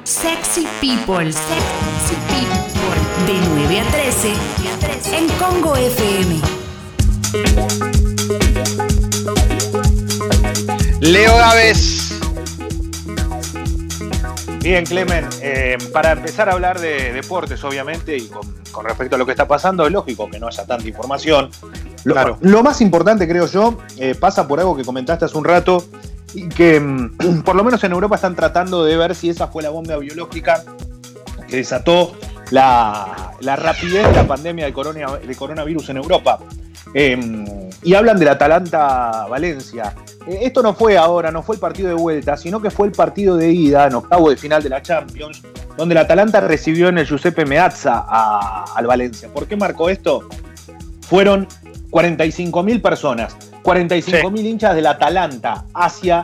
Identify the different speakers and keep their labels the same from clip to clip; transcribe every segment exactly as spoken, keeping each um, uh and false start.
Speaker 1: Sexy People, Sexy People, de nueve a trece en Congo F M.
Speaker 2: Leo Gávez.
Speaker 3: Bien, Clemen, eh, para empezar a hablar de deportes, obviamente, y con, con respecto a lo que está pasando, es lógico que no haya tanta información. Lo,
Speaker 2: Claro.
Speaker 3: lo más importante, creo yo, eh, pasa por algo que comentaste hace un rato, y que mm, por lo menos en Europa están tratando de ver si esa fue la bomba biológica que desató la, la rapidez de la pandemia de, corona, de coronavirus en Europa. Eh, y hablan del Atalanta-Valencia. Eh, esto no fue ahora, no fue el partido de vuelta, sino que fue el partido de ida en octavo de final de la Champions, donde el Atalanta recibió en el Giuseppe Meazza a, al Valencia. ¿Por qué marcó esto? Fueron cuarenta y cinco mil personas, cuarenta y cinco mil sí. hinchas del Atalanta hacia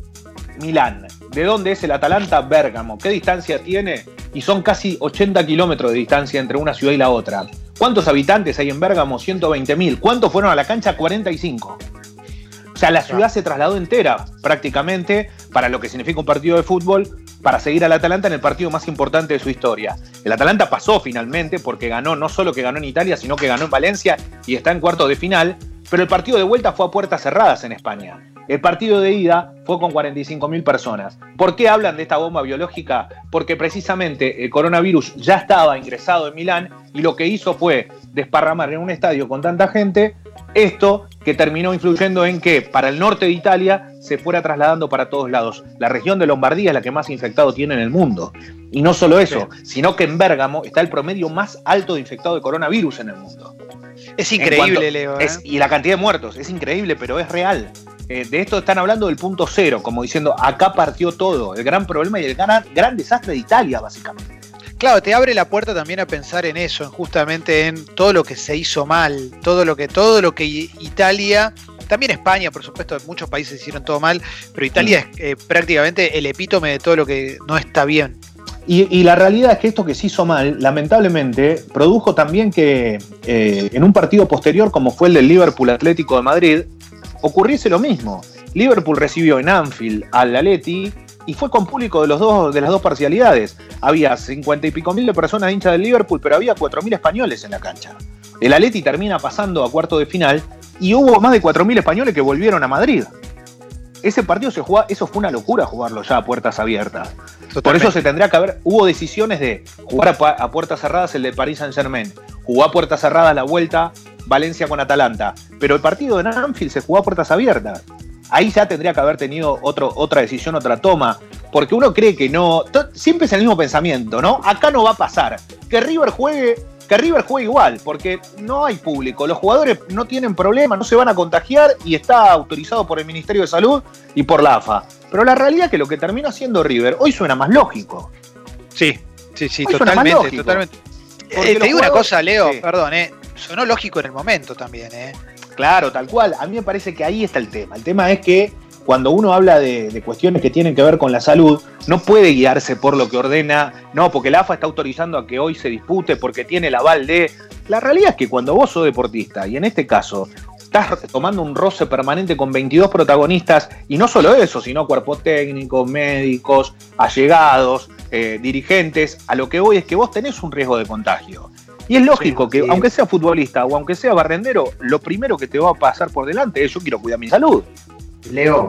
Speaker 3: Milán. ¿De dónde es el Atalanta? Bérgamo. ¿Qué distancia tiene? Y son casi ochenta kilómetros de distancia entre una ciudad y la otra. ¿Cuántos habitantes hay en Bérgamo? ciento veinte mil. ¿Cuántos fueron a la cancha? cuarenta y cinco. O sea, la ciudad se trasladó entera prácticamente para lo que significa un partido de fútbol, para seguir al Atalanta en el partido más importante de su historia. El Atalanta pasó finalmente porque ganó, no solo que ganó en Italia, sino que ganó en Valencia y está en cuartos de final, pero el partido de vuelta fue a puertas cerradas en España. El partido de ida fue con cuarenta y cinco mil personas. ¿Por qué hablan de esta bomba biológica? Porque precisamente el coronavirus ya estaba ingresado en Milán y lo que hizo fue desparramar en un estadio con tanta gente esto que terminó influyendo en que para el norte de Italia se fuera trasladando para todos lados. La región de Lombardía es la que más infectados tiene en el mundo. Y no solo eso, sí. sino que en Bérgamo está el promedio más alto de infectados de coronavirus en el mundo.
Speaker 2: Es increíble,
Speaker 3: cuanto,
Speaker 2: Leo. ¿eh?
Speaker 3: Es, y la cantidad de muertos, es increíble, pero es real. Eh, de esto están hablando del punto cero, como diciendo, acá partió todo, el gran problema y el gran, gran desastre de Italia, básicamente.
Speaker 2: Claro, te abre la puerta también a pensar en eso, en justamente en todo lo que se hizo mal, todo lo que, todo lo que Italia, también España, por supuesto, muchos países hicieron todo mal, pero Italia es eh, prácticamente el epítome de todo lo que no está bien.
Speaker 3: Y, y la realidad es que esto que se hizo mal, lamentablemente, produjo también que eh, en un partido posterior, como fue el del Liverpool Atlético de Madrid, ocurriese lo mismo. Liverpool recibió en Anfield al Atleti y fue con público de, los dos, de las dos parcialidades. Había cincuenta y pico mil de personas hinchas del Liverpool, pero había cuatro mil españoles en la cancha. El Atleti termina pasando a cuarto de final y hubo más de cuatro mil españoles que volvieron a Madrid. Ese partido se jugaba, eso fue una locura jugarlo ya a puertas abiertas. Totalmente. Por eso se tendría que haber, hubo decisiones de jugar a, a puertas cerradas el de Paris Saint-Germain, jugó a puertas cerradas la vuelta Valencia con Atalanta, pero el partido de Anfield se jugó a puertas abiertas. Ahí ya tendría que haber tenido otro, otra decisión, otra toma, porque uno cree que no, to, siempre es el mismo pensamiento, ¿no? Acá no va a pasar, que River juegue, que River juegue igual, porque no hay público, los jugadores no tienen problema, no se van a contagiar y está autorizado por el Ministerio de Salud y por la A F A. Pero la realidad es que lo que terminó haciendo River hoy suena más lógico.
Speaker 2: Sí, sí, sí,
Speaker 3: hoy
Speaker 2: totalmente, totalmente. Eh, te digo una cosa, Leo,
Speaker 3: sí.
Speaker 2: perdón, eh, sonó lógico en el momento también, eh.
Speaker 3: Claro, tal cual. A mí me parece que ahí está el tema. El tema es que cuando uno habla de, de cuestiones que tienen que ver con la salud, no puede guiarse por lo que ordena, no, porque la A F A está autorizando a que hoy se dispute, porque tiene el aval de... La realidad es que cuando vos sos deportista, y en este caso estás tomando un roce permanente con veintidós protagonistas, y no solo eso, sino cuerpo técnico, médicos, allegados, eh, dirigentes, a lo que voy es que vos tenés un riesgo de contagio. Y es lógico sí, que, sí. aunque sea futbolista o aunque sea barrendero, lo primero que te va a pasar por delante es yo quiero cuidar mi salud.
Speaker 4: Leo.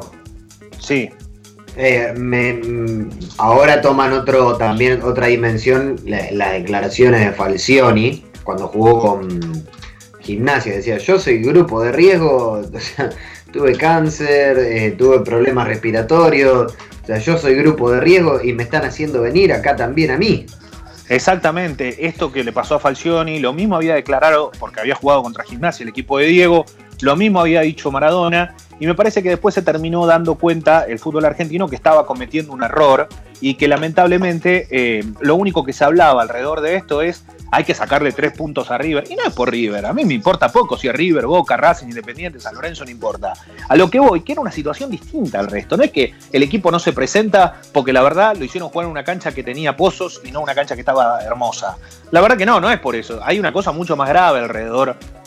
Speaker 3: Sí.
Speaker 4: Eh, me, ahora toman otro también otra dimensión la, las declaraciones de Falcioni cuando jugó con Gimnasia. Decía, yo soy grupo de riesgo, o sea, tuve cáncer, eh, tuve problemas respiratorios, o sea, yo soy grupo de riesgo y me están haciendo venir acá también a mí.
Speaker 3: Exactamente, esto que le pasó a Falcioni, lo mismo había declarado, porque había jugado contra Gimnasia el equipo de Diego, lo mismo había dicho Maradona, y me parece que después se terminó dando cuenta el fútbol argentino que estaba cometiendo un error y que lamentablemente eh, lo único que se hablaba alrededor de esto es hay que sacarle tres puntos a River, y no es por River, a mí me importa poco si es River, Boca, Racing, Independiente, San Lorenzo, no importa. A lo que voy, que era una situación distinta al resto, no es que el equipo no se presenta porque la verdad lo hicieron jugar en una cancha que tenía pozos y no una cancha que estaba hermosa. La verdad que no, no es por eso, hay una cosa mucho más grave alrededor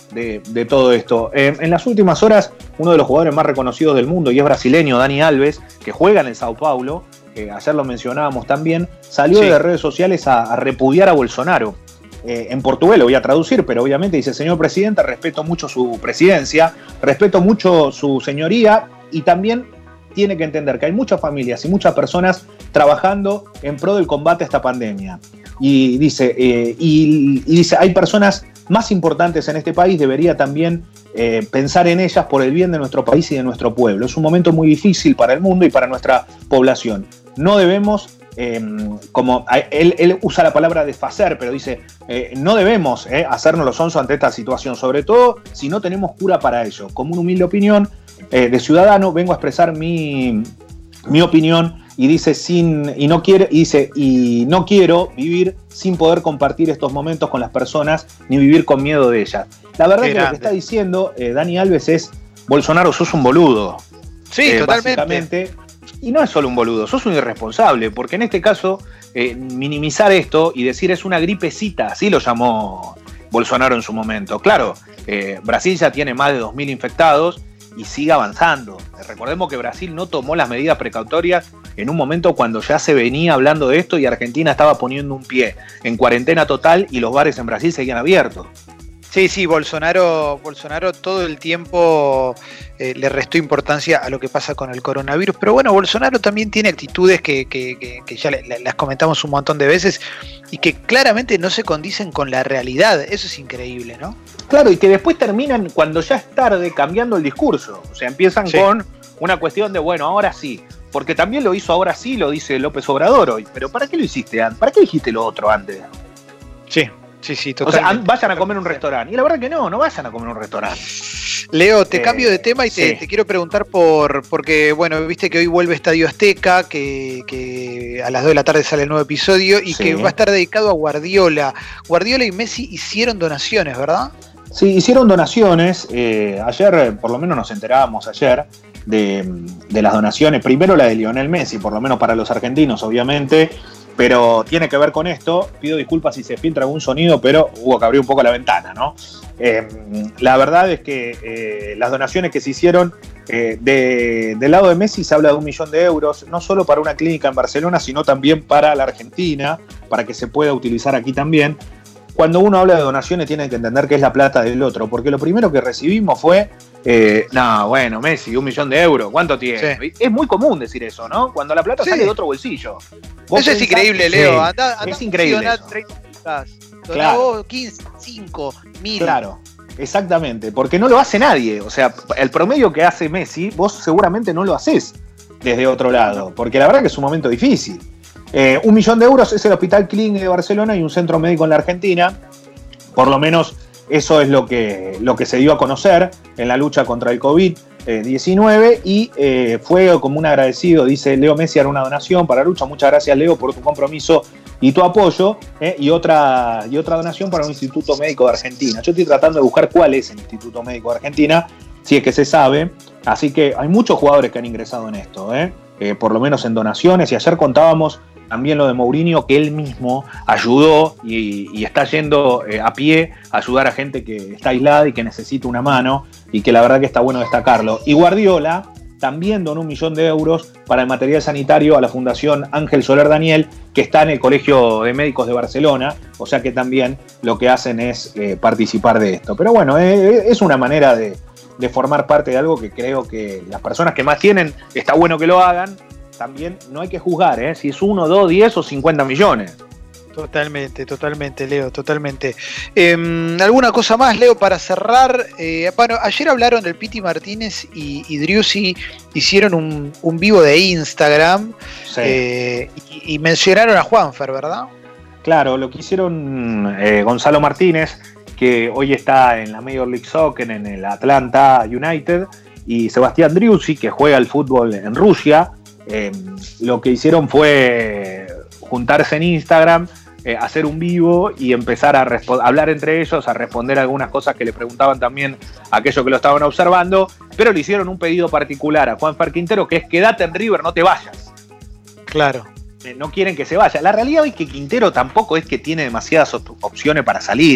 Speaker 3: de, de todo esto. Eh, en las últimas horas, uno de los jugadores más reconocidos del mundo, y es brasileño, Dani Alves, que juega en el Sao Paulo, eh, ayer lo mencionábamos también, salió sí. de las redes sociales a, a repudiar a Bolsonaro. Eh, en portugués lo voy a traducir, pero obviamente dice: señor presidente, respeto mucho su presidencia, respeto mucho su señoría, y también tiene que entender que hay muchas familias y muchas personas trabajando en pro del combate a esta pandemia. Y dice, eh, y, y dice, hay personas más importantes en este país, debería también eh, pensar en ellas por el bien de nuestro país y de nuestro pueblo. Es un momento muy difícil para el mundo y para nuestra población. No debemos, eh, como él, él usa la palabra desfacer, pero dice, eh, no debemos eh, hacernos los onzos ante esta situación, sobre todo si no tenemos cura para ello. Como una humilde opinión eh, de ciudadano, vengo a expresar mi, mi opinión. Y dice, sin, y, no quiere, y dice, y no quiero vivir sin poder compartir estos momentos con las personas, ni vivir con miedo de ellas. La verdad Qué que grande. Lo que está diciendo eh, Dani Alves es: Bolsonaro, sos un boludo.
Speaker 2: Sí, eh,
Speaker 3: totalmente. Y no es solo un boludo, sos un irresponsable, porque en este caso, eh, minimizar esto y decir es una gripecita, así lo llamó Bolsonaro en su momento. Claro, eh, Brasil ya tiene más de dos mil infectados y sigue avanzando. Recordemos que Brasil no tomó las medidas precautorias en un momento cuando ya se venía hablando de esto y Argentina estaba poniendo un pie en cuarentena total y los bares en Brasil seguían abiertos.
Speaker 2: Sí, sí, Bolsonaro, Bolsonaro todo el tiempo eh, le restó importancia a lo que pasa con el coronavirus, pero bueno, Bolsonaro también tiene actitudes que, que, que, que ya le, las comentamos un montón de veces y que claramente no se condicen con la realidad. Eso es increíble, ¿no?
Speaker 3: Claro, y que después terminan, cuando ya es tarde, cambiando el discurso. O sea, empiezan sí. con una cuestión de, bueno, ahora sí, porque también lo hizo ahora sí, lo dice López Obrador hoy, pero ¿para qué lo hiciste antes? ¿Para qué dijiste lo otro antes?
Speaker 2: Sí. Sí, sí, totalmente.
Speaker 3: O sea, vayan a comer un restaurante. Y la verdad que no, no vayan a comer un restaurante.
Speaker 2: Leo, te eh, cambio de tema y te, sí. te quiero preguntar por, porque, bueno, viste que hoy vuelve Estadio Azteca, que, que a las dos de la tarde sale el nuevo episodio y sí. que va a estar dedicado a Guardiola. Guardiola y Messi hicieron donaciones, ¿verdad?
Speaker 3: Sí, hicieron donaciones. Eh, ayer, por lo menos nos enterábamos ayer de, de las donaciones. Primero la de Lionel Messi, por lo menos para los argentinos, obviamente. Pero tiene que ver con esto. Pido disculpas si se filtra algún sonido, pero hubo que abrir un poco la ventana, ¿no? Eh, la verdad es que eh, las donaciones que se hicieron eh, de, del lado de Messi se habla de un millón de euros, no solo para una clínica en Barcelona, sino también para la Argentina, para que se pueda utilizar aquí también. Cuando uno habla de donaciones tiene que entender que es la plata del otro, porque lo primero que recibimos fue, eh, no, bueno, Messi, un millón de euros, ¿cuánto tiene? Sí. Es muy común decir eso, ¿no? Cuando la plata sí. sale de otro bolsillo.
Speaker 2: Vos eso es increíble, Leo.
Speaker 3: Sí.
Speaker 2: Andá, andá
Speaker 3: es increíble.
Speaker 2: treinta claro. quince, cinco, mil.
Speaker 3: Claro, exactamente, porque no lo hace nadie. O sea, el promedio que hace Messi, vos seguramente no lo hacés desde otro lado, porque la verdad que es un momento difícil. Eh, un millón de euros es el Hospital Clínic de Barcelona y un centro médico en la Argentina. Por lo menos eso es lo que, lo que se dio a conocer en la lucha contra el COVID diecinueve y eh, fue como un agradecido, dice Leo Messi, hará una donación para la lucha. Muchas gracias, Leo, por tu compromiso y tu apoyo. Eh, y, otra, y otra donación para un Instituto Médico de Argentina. Yo estoy tratando de buscar cuál es el Instituto Médico de Argentina, si es que se sabe. Así que hay muchos jugadores que han ingresado en esto, eh, eh, por lo menos en donaciones. Y ayer contábamos también lo de Mourinho, que él mismo ayudó y, y está yendo eh, a pie a ayudar a gente que está aislada y que necesita una mano, y que la verdad que está bueno destacarlo. Y Guardiola también donó un millón de euros para el material sanitario a la Fundación Ángel Soler Daniel, que está en el Colegio de Médicos de Barcelona, o sea que también lo que hacen es eh, participar de esto. Pero bueno, eh, es una manera de, de formar parte de algo que creo que las personas que más tienen, está bueno que lo hagan. También no hay que juzgar, ¿eh? Si es uno, dos, diez o cincuenta millones.
Speaker 2: Totalmente, totalmente, Leo, totalmente. Eh, ¿Alguna cosa más, Leo, para cerrar? Eh, bueno, ayer hablaron del Piti Martínez y, y Driussi, hicieron un, un vivo de Instagram, sí. eh, y, y mencionaron a Juanfer, ¿verdad?
Speaker 3: Claro, lo que hicieron eh, Gonzalo Martínez, que hoy está en la Major League Soccer, en el Atlanta United, y Sebastián Driussi, que juega al fútbol en Rusia. Eh, lo que hicieron fue juntarse en Instagram, eh, hacer un vivo y empezar a respo- hablar entre ellos, a responder algunas cosas que le preguntaban también a aquellos que lo estaban observando, pero le hicieron un pedido particular a Juanfer Quintero, que es quédate en River, no te vayas.
Speaker 2: Claro.
Speaker 3: Eh, no quieren que se vaya. La realidad es que Quintero tampoco es que tiene demasiadas op- opciones para salir.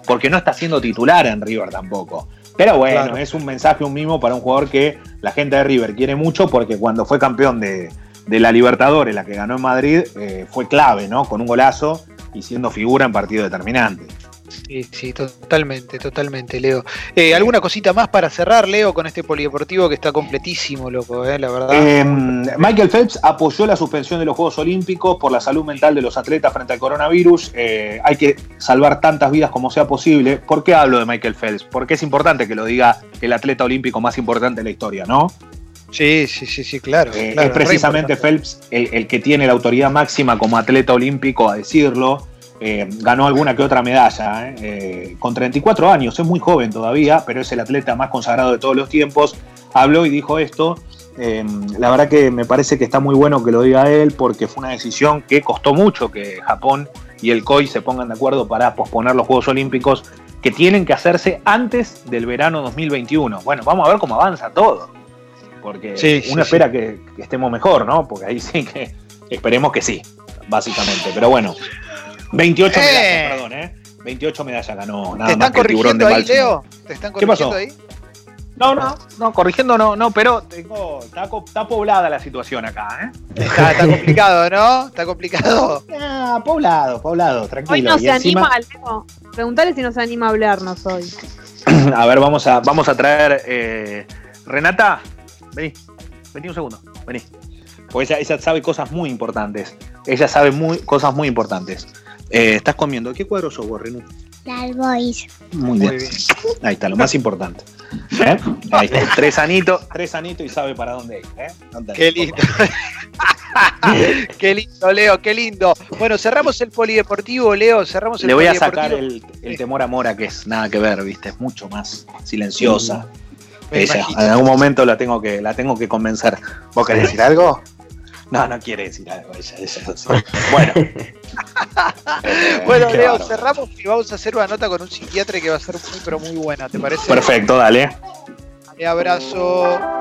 Speaker 3: porque no está siendo titular en River tampoco. Pero bueno,
Speaker 2: Claro.
Speaker 3: es un mensaje, un mimo para un jugador que la gente de River quiere mucho, porque cuando fue campeón de, de la Libertadores, la que ganó en Madrid, eh, fue clave, ¿no? Con un golazo y siendo figura en partido determinante.
Speaker 2: Sí, sí, totalmente, totalmente, Leo. Eh, ¿Alguna cosita más para cerrar, Leo, con este polideportivo que está completísimo, loco, eh, la verdad?
Speaker 3: Eh, Michael Phelps apoyó la suspensión de los Juegos Olímpicos por la salud mental de los atletas frente al coronavirus. Eh, hay que salvar tantas vidas como sea posible. ¿Por qué hablo de Michael Phelps? Porque es importante que lo diga el atleta olímpico más importante de la historia, ¿no?
Speaker 2: Sí, sí, sí, sí, claro.
Speaker 3: Eh,
Speaker 2: claro
Speaker 3: es precisamente Phelps el, el que tiene la autoridad máxima como atleta olímpico a decirlo. Eh, ganó alguna que otra medalla, ¿eh? Eh, con treinta y cuatro años, es muy joven todavía, pero es el atleta más consagrado de todos los tiempos. Habló y dijo esto. Eh, la verdad que me parece que está muy bueno que lo diga él, porque fue una decisión que costó mucho que Japón y el C O I se pongan de acuerdo para posponer los Juegos Olímpicos, que tienen que hacerse antes del verano dos mil veintiuno. Bueno, vamos a ver cómo avanza todo, porque
Speaker 2: Sí,
Speaker 3: uno
Speaker 2: sí,
Speaker 3: espera
Speaker 2: sí.
Speaker 3: Que, que estemos mejor, ¿no? Porque ahí sí que esperemos que sí, básicamente. Pero bueno, veintiocho
Speaker 2: Eh.
Speaker 3: medallas, perdón, ¿eh? veintiocho medallas ganó, nada
Speaker 2: ¿Te
Speaker 3: más
Speaker 2: están
Speaker 3: que el tiburón de
Speaker 2: corrigiendo ahí,
Speaker 3: Baltimore.
Speaker 2: Leo? ¿Te están
Speaker 3: ¿Qué pasó?
Speaker 2: corrigiendo ahí?
Speaker 3: No, no, no, corrigiendo no, no, pero tengo, está, co- está poblada la situación acá, ¿eh?
Speaker 2: Está, está complicado, ¿no? Está complicado.
Speaker 3: Ah, poblado, poblado, tranquilo.
Speaker 5: Hoy no
Speaker 3: Y
Speaker 5: se
Speaker 3: encima-
Speaker 5: anima, Leo. Preguntale si no se anima a hablarnos hoy.
Speaker 3: A ver, vamos a, vamos a traer. eh, Renata, vení, vení un segundo, vení. Porque ella, ella sabe cosas muy importantes. Ella sabe muy, cosas muy importantes. Eh, estás comiendo. ¿Qué cuadro sos vos, Renú?
Speaker 6: Las boys.
Speaker 3: Muy
Speaker 2: Muy
Speaker 3: bien.
Speaker 2: bien.
Speaker 3: Ahí está, lo más importante. ¿Eh? Ahí está. Tres anitos, tres anitos y sabe para dónde ir. ¿eh? No te-
Speaker 2: Qué lindo. Qué lindo, Leo, qué lindo. Bueno, cerramos el polideportivo, Leo. Cerramos el
Speaker 3: Le voy a
Speaker 2: polideportivo.
Speaker 3: sacar el, el temor a Mora, que es nada que ver, ¿viste? Es mucho más silenciosa.
Speaker 2: Me
Speaker 3: Ella,
Speaker 2: imagino.
Speaker 3: en algún momento la tengo que, la tengo que convencer. ¿Vos querés decir algo? No, no quiere decir algo ella. ella no sé. Bueno.
Speaker 2: Bueno,
Speaker 3: Qué
Speaker 2: Leo,
Speaker 3: bárbaro.
Speaker 2: cerramos y vamos a hacer una nota con un psiquiatra que va a ser muy, pero muy buena, ¿te parece?
Speaker 3: Perfecto, dale.
Speaker 2: Un abrazo.